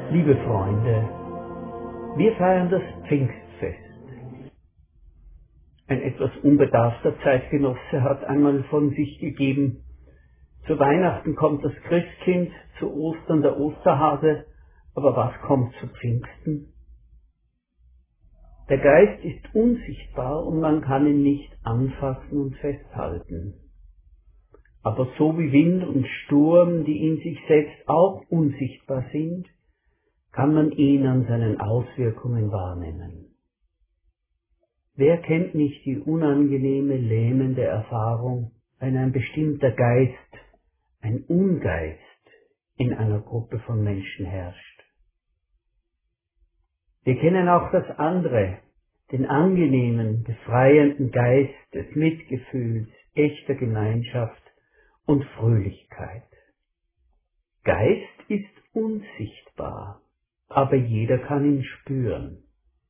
Liebe Freunde, wir feiern das Pfingstfest. Ein etwas unbedarfter Zeitgenosse hat einmal von sich gegeben: Zu Weihnachten kommt das Christkind, zu Ostern der Osterhase, aber was kommt zu Pfingsten? Der Geist ist unsichtbar und man kann ihn nicht anfassen und festhalten. Aber so wie Wind und Sturm, die in sich selbst auch unsichtbar sind, kann man ihn an seinen Auswirkungen wahrnehmen. Wer kennt nicht die unangenehme, lähmende Erfahrung, wenn ein bestimmter Geist, ein Ungeist, in einer Gruppe von Menschen herrscht? Wir kennen auch das andere, den angenehmen, befreienden Geist des Mitgefühls, echter Gemeinschaft und Fröhlichkeit. Geist ist unsichtbar, aber jeder kann ihn spüren.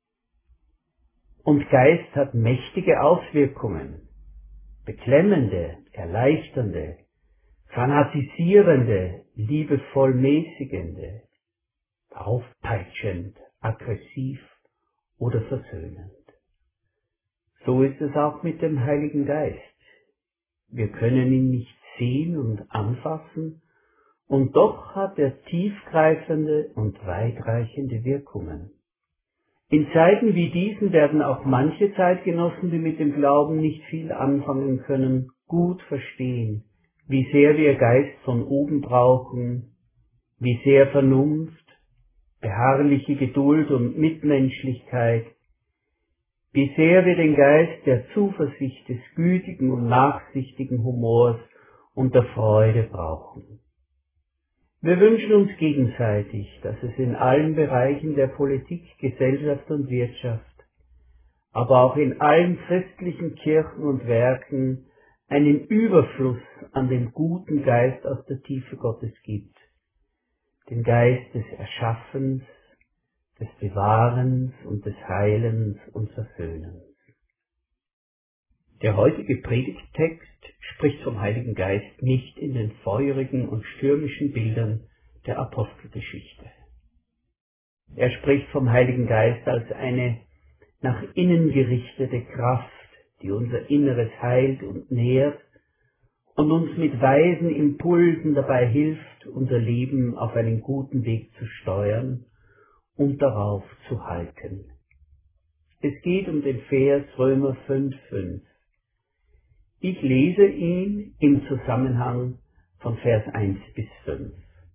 Und Geist hat mächtige Auswirkungen, beklemmende, erleichternde, fanatisierende, liebevoll mäßigende, aufpeitschend, aggressiv oder versöhnend. So ist es auch mit dem Heiligen Geist. Wir können ihn nicht sehen und anfassen, und doch hat er tiefgreifende und weitreichende Wirkungen. In Zeiten wie diesen werden auch manche Zeitgenossen, die mit dem Glauben nicht viel anfangen können, gut verstehen, wie sehr wir Geist von oben brauchen, wie sehr Vernunft, beharrliche Geduld und Mitmenschlichkeit, wie sehr wir den Geist der Zuversicht, des gütigen und nachsichtigen Humors und der Freude brauchen. Wir wünschen uns gegenseitig, dass es in allen Bereichen der Politik, Gesellschaft und Wirtschaft, aber auch in allen christlichen Kirchen und Werken einen Überfluss an dem guten Geist aus der Tiefe Gottes gibt, den Geist des Erschaffens, des Bewahrens und des Heilens und Versöhnens. Der heutige Predigttext spricht vom Heiligen Geist nicht in den feurigen und stürmischen Bildern der Apostelgeschichte. Er spricht vom Heiligen Geist als eine nach innen gerichtete Kraft, die unser Inneres heilt und nährt und uns mit weisen Impulsen dabei hilft, unser Leben auf einen guten Weg zu steuern und darauf zu halten. Es geht um den Vers Römer 5,5. Ich lese ihn im Zusammenhang von Vers 1 bis 5.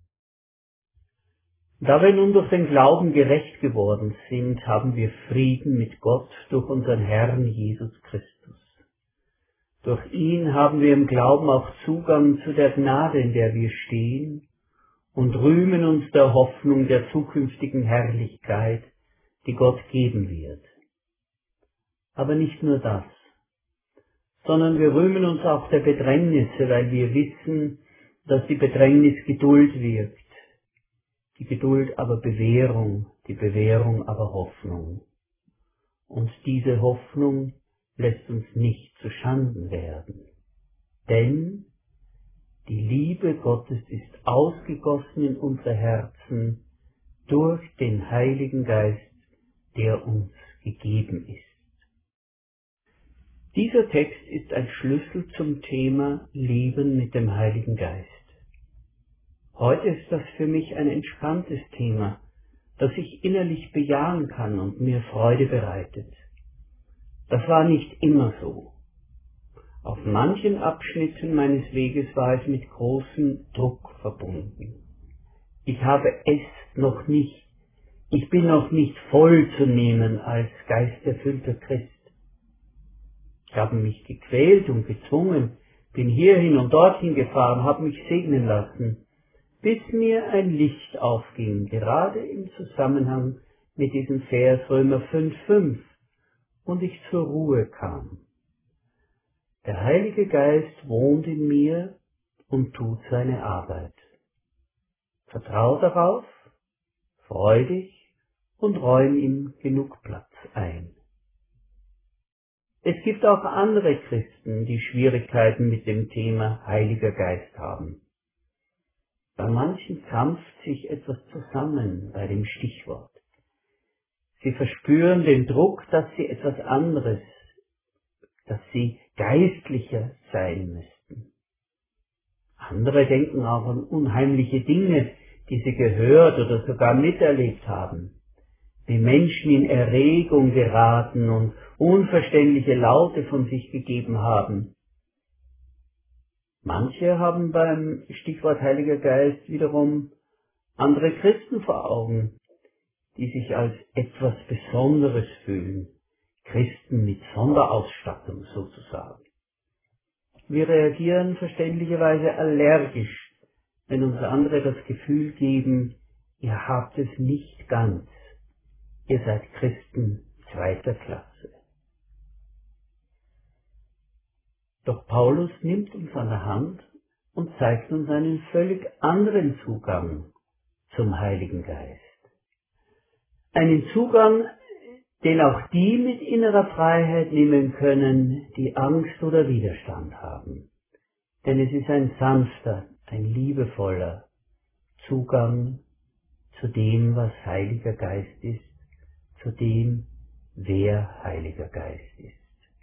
Da wir nun durch den Glauben gerecht geworden sind, haben wir Frieden mit Gott durch unseren Herrn Jesus Christus. Durch ihn haben wir im Glauben auch Zugang zu der Gnade, in der wir stehen, und rühmen uns der Hoffnung der zukünftigen Herrlichkeit, die Gott geben wird. Aber nicht nur das, sondern wir rühmen uns auch der Bedrängnisse, weil wir wissen, dass die Bedrängnis Geduld wirkt, die Geduld aber Bewährung, die Bewährung aber Hoffnung. Und diese Hoffnung lässt uns nicht zu Schanden werden. Denn die Liebe Gottes ist ausgegossen in unsere Herzen durch den Heiligen Geist, der uns gegeben ist. Dieser Text ist ein Schlüssel zum Thema Leben mit dem Heiligen Geist. Heute ist das für mich ein entspanntes Thema, das ich innerlich bejahen kann und mir Freude bereitet. Das war nicht immer so. Auf manchen Abschnitten meines Weges war es mit großem Druck verbunden. Ich bin noch nicht voll zu nehmen als geisterfüllter Christ. Ich habe mich gequält und gezwungen, bin hierhin und dorthin gefahren, habe mich segnen lassen, bis mir ein Licht aufging, gerade im Zusammenhang mit diesem Vers Römer 5,5, und ich zur Ruhe kam. Der Heilige Geist wohnt in mir und tut seine Arbeit. Vertrau darauf, freu dich und räum ihm genug Platz ein. Es gibt auch andere Christen, die Schwierigkeiten mit dem Thema Heiliger Geist haben. Bei manchen krampft sich etwas zusammen bei dem Stichwort. Sie verspüren den Druck, dass sie etwas anderes, dass sie geistlicher sein müssten. Andere denken auch an unheimliche Dinge, die sie gehört oder sogar miterlebt haben, wie Menschen in Erregung geraten und unverständliche Laute von sich gegeben haben. Manche haben beim Stichwort Heiliger Geist wiederum andere Christen vor Augen, die sich als etwas Besonderes fühlen, Christen mit Sonderausstattung sozusagen. Wir reagieren verständlicherweise allergisch, wenn uns andere das Gefühl geben, ihr habt es nicht ganz, ihr seid Christen zweiter Klasse. Doch Paulus nimmt uns an der Hand und zeigt uns einen völlig anderen Zugang zum Heiligen Geist. Einen Zugang, den auch die mit innerer Freiheit nehmen können, die Angst oder Widerstand haben. Denn es ist ein sanfter, ein liebevoller Zugang zu dem, was Heiliger Geist ist, zu dem, wer Heiliger Geist ist.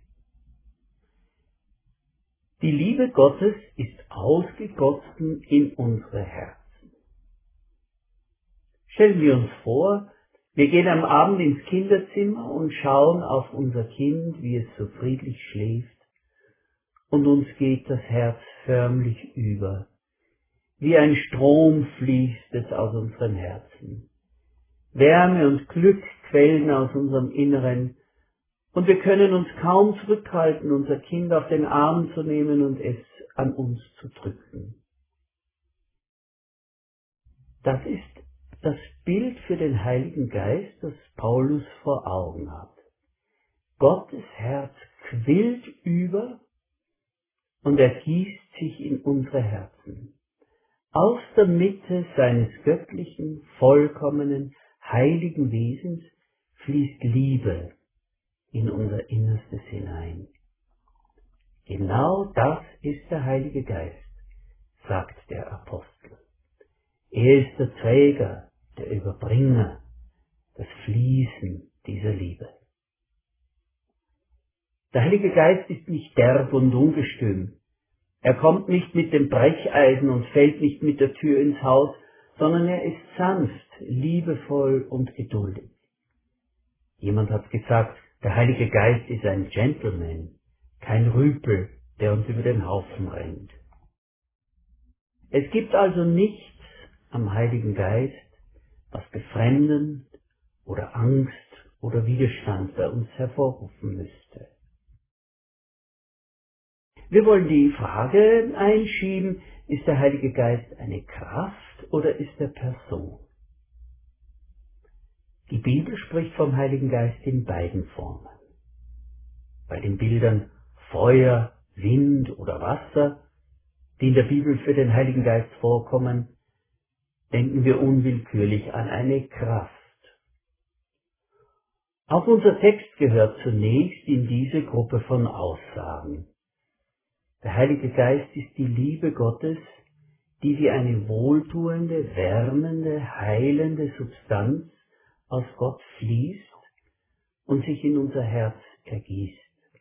Die Liebe Gottes ist ausgegossen in unsere Herzen. Stellen wir uns vor, wir gehen am Abend ins Kinderzimmer und schauen auf unser Kind, wie es so friedlich schläft, und uns geht das Herz förmlich über. Wie ein Strom fließt es aus unseren Herzen. Wärme und Glück quellen aus unserem Inneren, und wir können uns kaum zurückhalten, unser Kind auf den Arm zu nehmen und es an uns zu drücken. Das ist das Bild für den Heiligen Geist, das Paulus vor Augen hat. Gottes Herz quillt über und er gießt sich in unsere Herzen. Aus der Mitte seines göttlichen, vollkommenen, heiligen Wesens fließt Liebe in unser Innerstes hinein. Genau das ist der Heilige Geist, sagt der Apostel. Er ist der Träger, der Überbringer, das Fließen dieser Liebe. Der Heilige Geist ist nicht derb und ungestüm. Er kommt nicht mit dem Brecheisen und fällt nicht mit der Tür ins Haus, sondern er ist sanft, liebevoll und geduldig. Jemand hat gesagt, der Heilige Geist ist ein Gentleman, kein Rüpel, der uns über den Haufen rennt. Es gibt also nichts am Heiligen Geist, was Befremden oder Angst oder Widerstand bei uns hervorrufen müsste. Wir wollen die Frage einschieben, ist der Heilige Geist eine Kraft oder ist er Person? Die Bibel spricht vom Heiligen Geist in beiden Formen. Bei den Bildern Feuer, Wind oder Wasser, die in der Bibel für den Heiligen Geist vorkommen, denken wir unwillkürlich an eine Kraft. Auch unser Text gehört zunächst in diese Gruppe von Aussagen. Der Heilige Geist ist die Liebe Gottes, die wie eine wohltuende, wärmende, heilende Substanz aus Gott fließt und sich in unser Herz ergießt.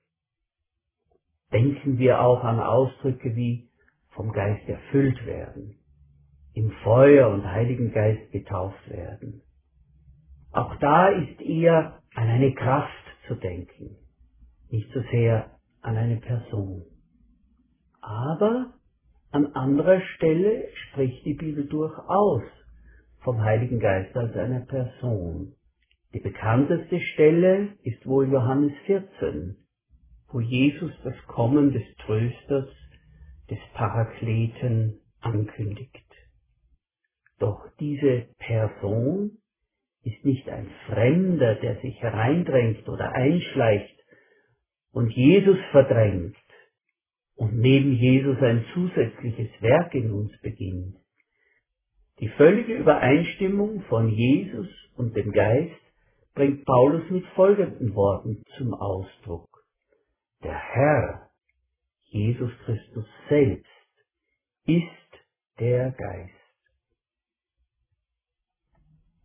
Denken wir auch an Ausdrücke wie vom Geist erfüllt werden, im Feuer und Heiligen Geist getauft werden. Auch da ist eher an eine Kraft zu denken, nicht so sehr an eine Person. Aber an anderer Stelle spricht die Bibel durchaus vom Heiligen Geist als einer Person. Die bekannteste Stelle ist wohl Johannes 14, wo Jesus das Kommen des Trösters, des Parakleten ankündigt. Doch diese Person ist nicht ein Fremder, der sich hereindrängt oder einschleicht und Jesus verdrängt und neben Jesus ein zusätzliches Werk in uns beginnt. Die völlige Übereinstimmung von Jesus und dem Geist bringt Paulus mit folgenden Worten zum Ausdruck. Der Herr, Jesus Christus selbst, ist der Geist.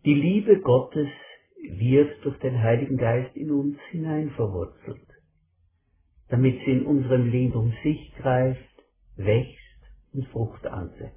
Die Liebe Gottes wird durch den Heiligen Geist in uns hinein verwurzelt, damit sie in unserem Leben um sich greift, wächst und Frucht ansetzt.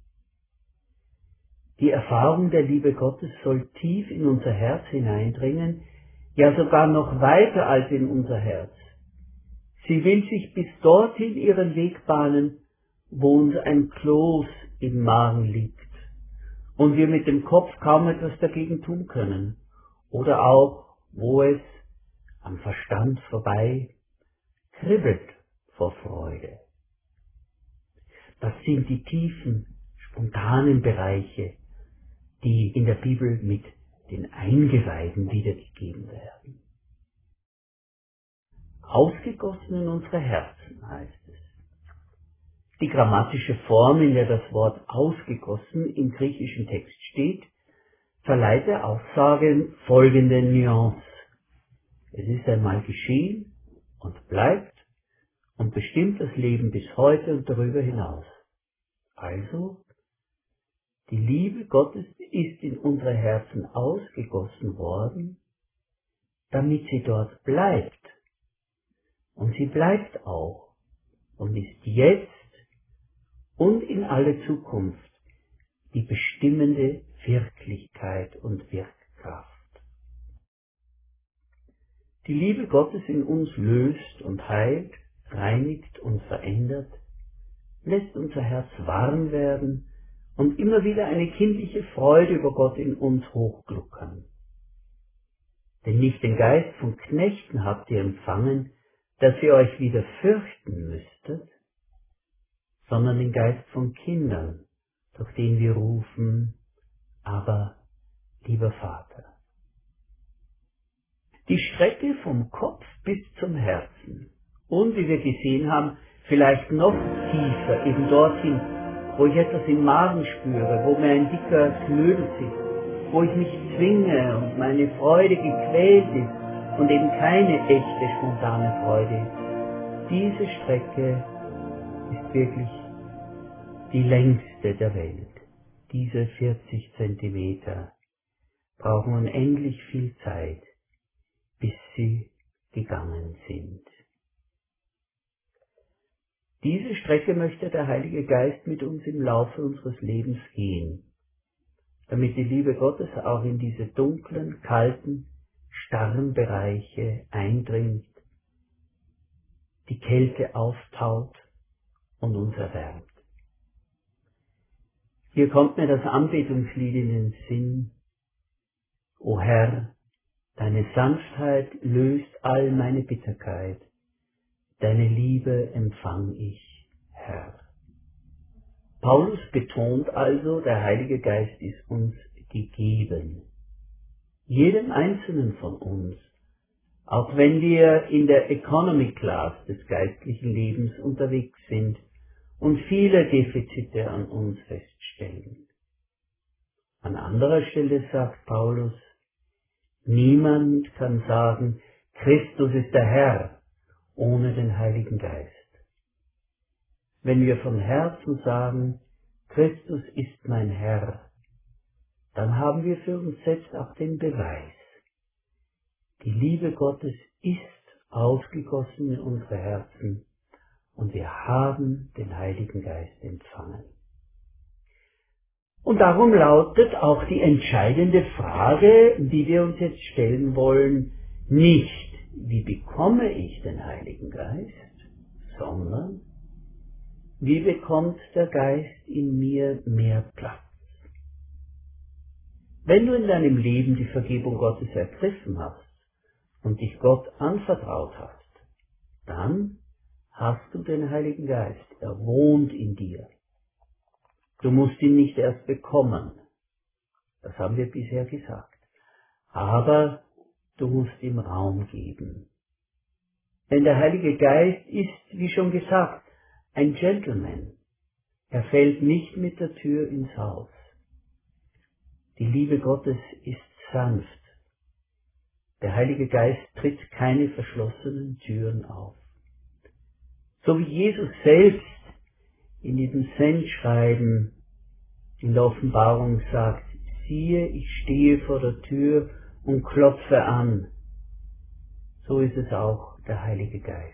Die Erfahrung der Liebe Gottes soll tief in unser Herz hineindringen, ja sogar noch weiter als in unser Herz. Sie will sich bis dorthin ihren Weg bahnen, wo uns ein Kloß im Magen liegt und wir mit dem Kopf kaum etwas dagegen tun können, oder auch, wo es am Verstand vorbei kribbelt vor Freude. Das sind die tiefen, spontanen Bereiche, die in der Bibel mit den Eingeweiden wiedergegeben werden. Ausgegossen in unsere Herzen heißt es. Die grammatische Form, in der das Wort ausgegossen im griechischen Text steht, verleiht der Aussage folgende Nuance. Es ist einmal geschehen und bleibt und bestimmt das Leben bis heute und darüber hinaus. Also, die Liebe Gottes ist in unsere Herzen ausgegossen worden, damit sie dort bleibt. Und sie bleibt auch und ist jetzt und in alle Zukunft die bestimmende Wirklichkeit und Wirkkraft. Die Liebe Gottes in uns löst und heilt, reinigt und verändert, lässt unser Herz warm werden und immer wieder eine kindliche Freude über Gott in uns hochgluckern. Denn nicht den Geist von Knechten habt ihr empfangen, dass ihr euch wieder fürchten müsstet, sondern den Geist von Kindern, durch den wir rufen, aber lieber Vater. Die Strecke vom Kopf bis zum Herzen und, wie wir gesehen haben, vielleicht noch tiefer, eben dorthin, wo ich etwas im Magen spüre, wo mir ein dicker Knödel sitzt, wo ich mich zwinge und meine Freude gequält ist und eben keine echte, spontane Freude ist. Diese Strecke ist wirklich die längste der Welt. Diese 40 Zentimeter brauchen unendlich viel Zeit, bis sie gegangen sind. Diese Strecke möchte der Heilige Geist mit uns im Laufe unseres Lebens gehen, damit die Liebe Gottes auch in diese dunklen, kalten, starren Bereiche eindringt, die Kälte auftaut und uns erwärmt. Hier kommt mir das Anbetungslied in den Sinn. O Herr, deine Sanftheit löst all meine Bitterkeit, deine Liebe empfang ich, Herr. Paulus betont also, der Heilige Geist ist uns gegeben. Jedem Einzelnen von uns, auch wenn wir in der Economy Class des geistlichen Lebens unterwegs sind und viele Defizite an uns feststellen. An anderer Stelle sagt Paulus, niemand kann sagen, Christus ist der Herr, ohne den Heiligen Geist. Wenn wir von Herzen sagen, Christus ist mein Herr, dann haben wir für uns selbst auch den Beweis. Die Liebe Gottes ist ausgegossen in unsere Herzen und wir haben den Heiligen Geist empfangen. Und darum lautet auch die entscheidende Frage, die wir uns jetzt stellen wollen, nicht, wie bekomme ich den Heiligen Geist, sondern wie bekommt der Geist in mir mehr Platz? Wenn du in deinem Leben die Vergebung Gottes ergriffen hast und dich Gott anvertraut hast, dann hast du den Heiligen Geist, er wohnt in dir. Du musst ihn nicht erst bekommen, das haben wir bisher gesagt, aber du musst ihm Raum geben. Denn der Heilige Geist ist, wie schon gesagt, ein Gentleman. Er fällt nicht mit der Tür ins Haus. Die Liebe Gottes ist sanft. Der Heilige Geist tritt keine verschlossenen Türen auf. So wie Jesus selbst in diesem Sendschreiben in der Offenbarung sagt, siehe, ich stehe vor der Tür und klopfe an. So ist es auch der Heilige Geist.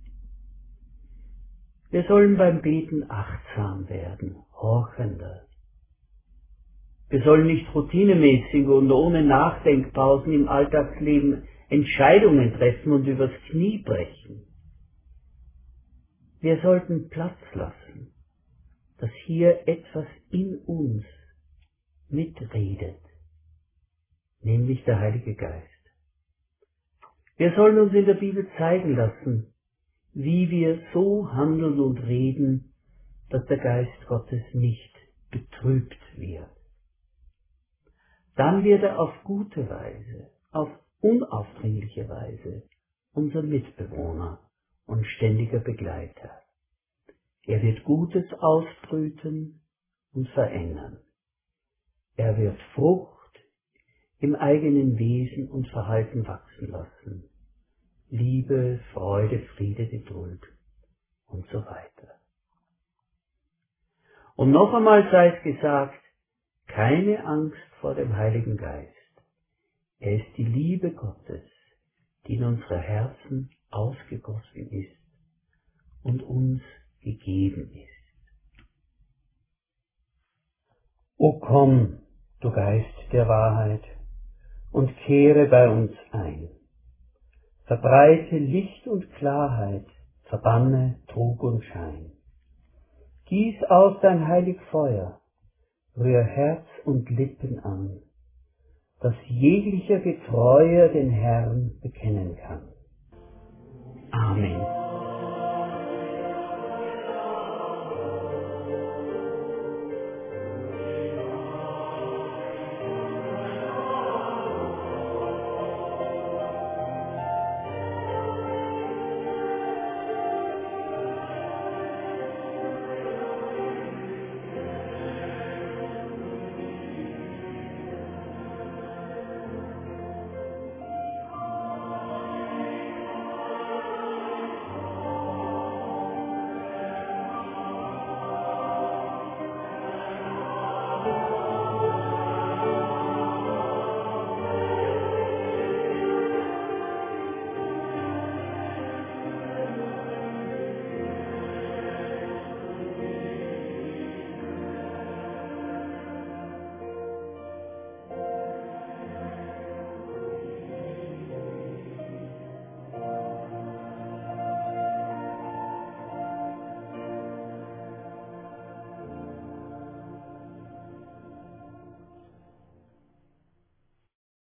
Wir sollen beim Beten achtsam werden, horchender. Wir sollen nicht routinemäßig und ohne Nachdenkpausen im Alltagsleben Entscheidungen treffen und übers Knie brechen. Wir sollten Platz lassen, dass hier etwas in uns mitredet, nämlich der Heilige Geist. Wir sollen uns in der Bibel zeigen lassen, wie wir so handeln und reden, dass der Geist Gottes nicht betrübt wird. Dann wird er auf gute Weise, auf unaufdringliche Weise unser Mitbewohner und ständiger Begleiter. Er wird Gutes ausbrüten und verändern. Er wird Frucht im eigenen Wesen und Verhalten wachsen lassen. Liebe, Freude, Friede, Geduld und so weiter. Und noch einmal sei es gesagt, keine Angst vor dem Heiligen Geist. Er ist die Liebe Gottes, die in unsere Herzen ausgegossen ist und uns gegeben ist. O komm, du Geist der Wahrheit, und kehre bei uns ein. Verbreite Licht und Klarheit, verbanne Trug und Schein. Gieß aus dein heilig Feuer, rühr Herz und Lippen an, dass jeglicher Getreuer den Herrn bekennen kann. Amen.